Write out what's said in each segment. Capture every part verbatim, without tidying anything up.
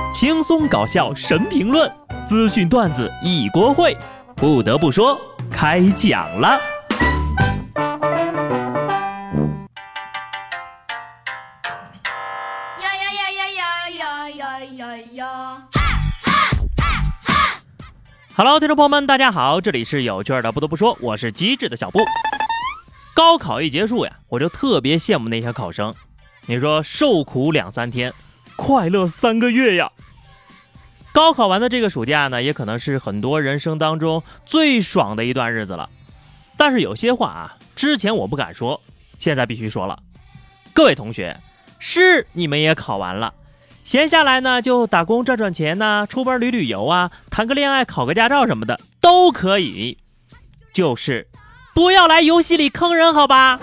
轻松搞笑神评论，资讯段子一锅烩。不得不说，开讲了。 呀呀呀呀呀呀呀呀呀！ 哈喽，听众朋友们，大家好，这里是有趣的。不得不说，我是机智的小布。高考一结束呀，我就特别羡慕那些考生。你说受苦两三天，快乐三个月呀！高考完的这个暑假呢，也可能是很多人生当中最爽的一段日子了。但是有些话啊，之前我不敢说，现在必须说了。各位同学，是你们也考完了，闲下来呢就打工赚赚钱呐、啊，出门旅旅游啊，谈个恋爱，考个驾照什么的都可以，就是不要来游戏里坑人，好吧？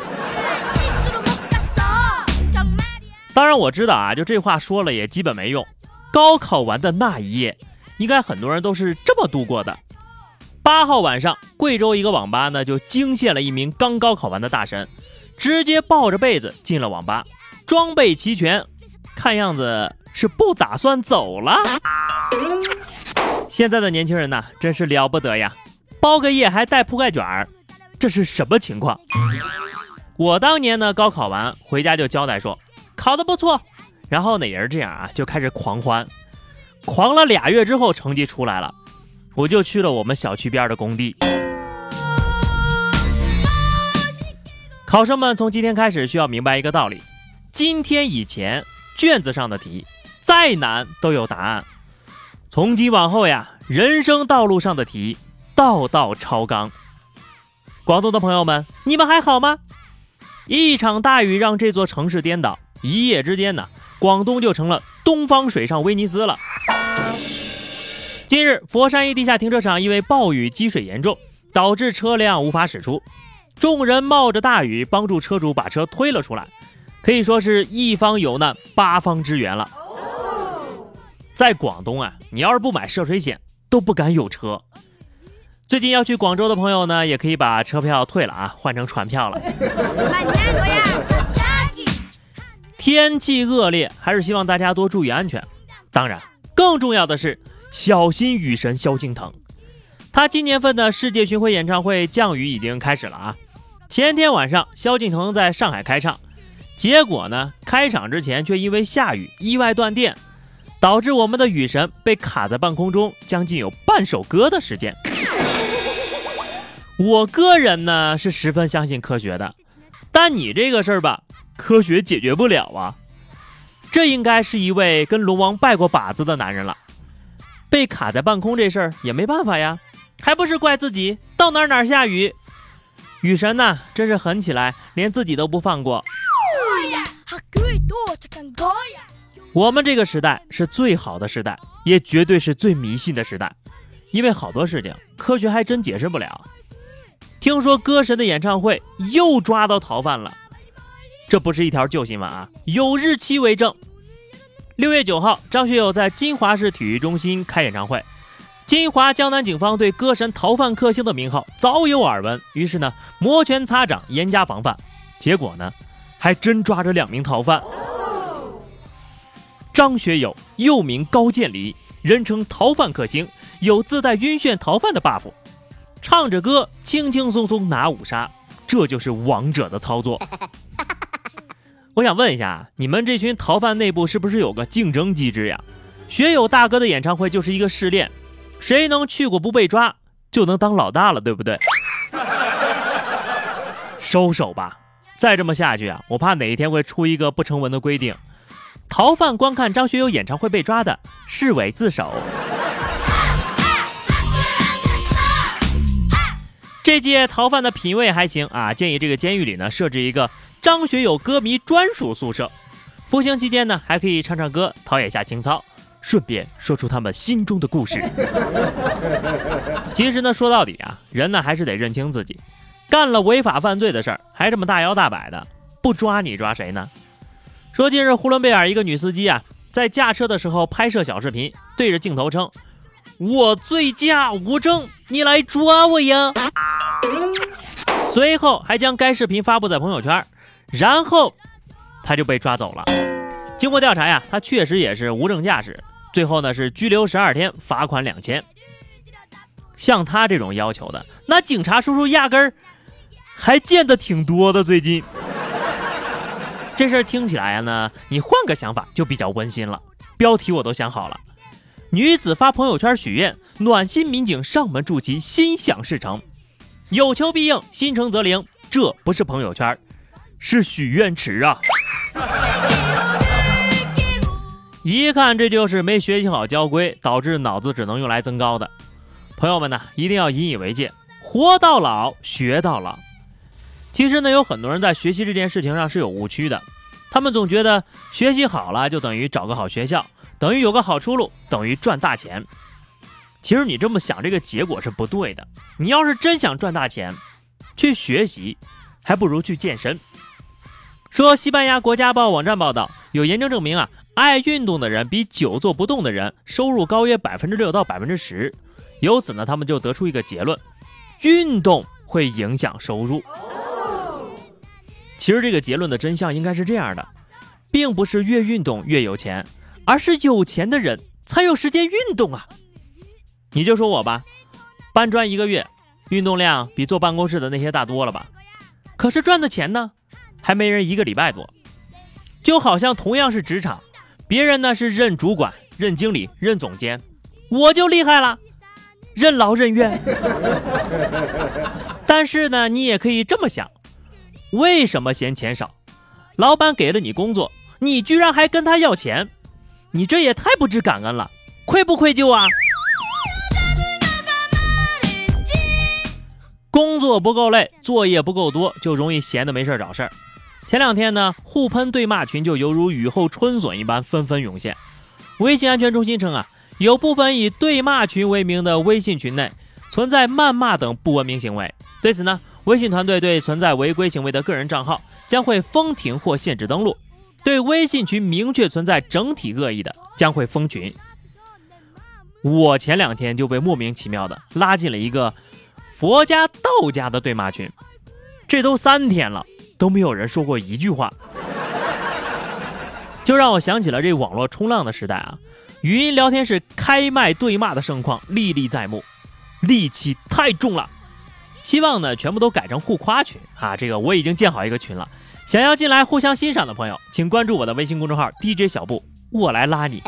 当然我知道啊，就这话说了也基本没用。高考完的那一夜，应该很多人都是这么度过的。八号晚上，贵州一个网吧呢就惊现了一名刚高考完的大神，直接抱着被子进了网吧，装备齐全，看样子是不打算走了。现在的年轻人呢，真是了不得呀，包个夜还带铺盖卷儿，这是什么情况？我当年呢高考完回家就交代说考得不错，然后呢也是这样啊，就开始狂欢，狂了俩月之后成绩出来了，我就去了我们小区边的工地。考生们从今天开始需要明白一个道理，今天以前卷子上的题再难都有答案，从今往后呀，人生道路上的题道道超纲。广东的朋友们，你们还好吗？一场大雨让这座城市颠倒，一夜之间呢，广东就成了东方水上威尼斯了。近日，佛山一地下停车场因为暴雨积水严重，导致车辆无法驶出，众人冒着大雨帮助车主把车推了出来，可以说是一方有难八方支援了。在广东啊，你要是不买涉水险都不敢有车。最近要去广州的朋友呢，也可以把车票退了啊，换成船票了。天气恶劣，还是希望大家多注意安全。当然，更重要的是小心雨神萧敬腾。他今年份的世界巡回演唱会降雨已经开始了啊。前天晚上，萧敬腾在上海开唱，结果呢，开场之前却因为下雨意外断电，导致我们的雨神被卡在半空中将近有半首歌的时间。我个人呢是十分相信科学的，但你这个事儿吧，科学解决不了啊。这应该是一位跟龙王拜过把子的男人了，被卡在半空这事儿也没办法呀，还不是怪自己到哪哪下雨。雨神呢真是狠起来，连自己都不放过。我们这个时代是最好的时代，也绝对是最迷信的时代，因为好多事情科学还真解释不了。听说歌神的演唱会又抓到逃犯了，这不是一条旧新闻啊，有日期为证。六月九号，张学友在金华市体育中心开演唱会，金华江南警方对歌神逃犯克星的名号早有耳闻，于是呢摩拳擦掌，严加防范。结果呢，还真抓着两名逃犯。张学友又名高渐离，人称逃犯克星，有自带晕眩逃犯的 buff。唱着歌轻轻松松拿五杀，这就是王者的操作。我想问一下，你们这群逃犯内部是不是有个竞争机制呀？学友大哥的演唱会就是一个试炼，谁能去过不被抓就能当老大了，对不对？收手吧，再这么下去啊，我怕哪一天会出一个不成文的规定，逃犯观看张学友演唱会被抓的视为自首。这届逃犯的品味还行啊，建议这个监狱里呢设置一个张学友歌迷专属宿舍，服刑期间呢还可以唱唱歌，陶冶下情操，顺便说出他们心中的故事。其实呢，说到底啊，人呢还是得认清自己，干了违法犯罪的事儿，还这么大摇大摆的，不抓你抓谁呢？说近日呼伦贝尔一个女司机啊，在驾车的时候拍摄小视频，对着镜头称：“我醉驾无证，你来抓我呀！”随后还将该视频发布在朋友圈，然后他就被抓走了。经过调查呀，他确实也是无证驾驶， 最后呢是拘留十二天，罚款两千。像他这种要求的，那警察叔叔压根儿还见得挺多的。最近这事儿听起来呢，你换个想法就比较温馨了。标题我都想好了：女子发朋友圈许愿，暖心民警上门助其心想事成，有求必应，心诚则灵。这不是朋友圈，是许愿池啊！一看这就是没学习好交规，导致脑子只能用来增高的。朋友们呢，一定要引以为戒，活到老学到老。其实呢，有很多人在学习这件事情上是有误区的，他们总觉得学习好了就等于找个好学校，等于有个好出路，等于赚大钱。其实你这么想，这个结果是不对的。你要是真想赚大钱，去学习还不如去健身。说西班牙国家报网站报道，有研究证明啊，爱运动的人比久坐不动的人收入高约百分之六到百分之十。由此呢，他们就得出一个结论：运动会影响收入。其实这个结论的真相应该是这样的，并不是越运动越有钱，而是有钱的人才有时间运动啊。你就说我吧，搬砖一个月，运动量比坐办公室的那些大多了吧？可是赚的钱呢，还没人一个礼拜多。就好像同样是职场，别人呢是任主管、任经理、任总监，我就厉害了，任劳任怨。但是呢，你也可以这么想，为什么嫌钱少？老板给了你工作，你居然还跟他要钱，你这也太不知感恩了，愧不愧疚啊？工作不够累，作业不够多，就容易闲得没事找事儿。前两天呢，互喷对骂群就犹如雨后春笋一般纷纷涌现。微信安全中心称啊，有部分以对骂群为名的微信群内存在谩骂等不文明行为。对此呢，微信团队对存在违规行为的个人账号将会封停或限制登录，对微信群明确存在整体恶意的将会封群。我前两天就被莫名其妙的拉进了一个佛家道家的对骂群，这都三天了，都没有人说过一句话。就让我想起了这网络冲浪的时代啊，语音聊天室开麦对骂的盛况历历在目，戾气太重了。希望呢全部都改成互夸群啊，这个我已经建好一个群了，想要进来互相欣赏的朋友，请关注我的微信公众号 D J 小布，我来拉你。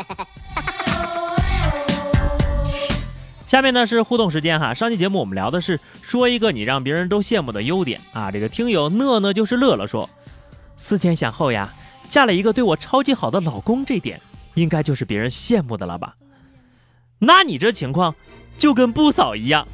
下面呢是互动时间哈，上期节目我们聊的是说一个你让别人都羡慕的优点啊。这个听友讷讷就是乐了说，思前想后呀，嫁了一个对我超级好的老公，这点应该就是别人羡慕的了吧？那你这情况就跟不嫂一样。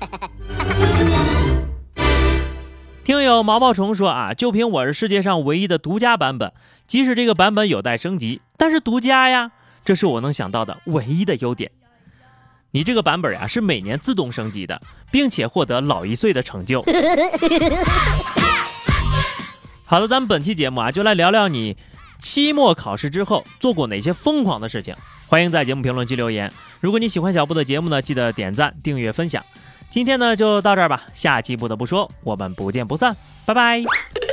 听友毛毛虫说啊，就凭我是世界上唯一的独家版本，即使这个版本有待升级，但是独家呀，这是我能想到的唯一的优点。你这个版本呀是每年自动升级的，并且获得老一岁的成就。好的，咱们本期节目啊，就来聊聊你期末考试之后做过哪些疯狂的事情。欢迎在节目评论区留言。如果你喜欢小布的节目呢，记得点赞、订阅、分享。今天呢就到这儿吧，下期不得不说，我们不见不散，拜拜。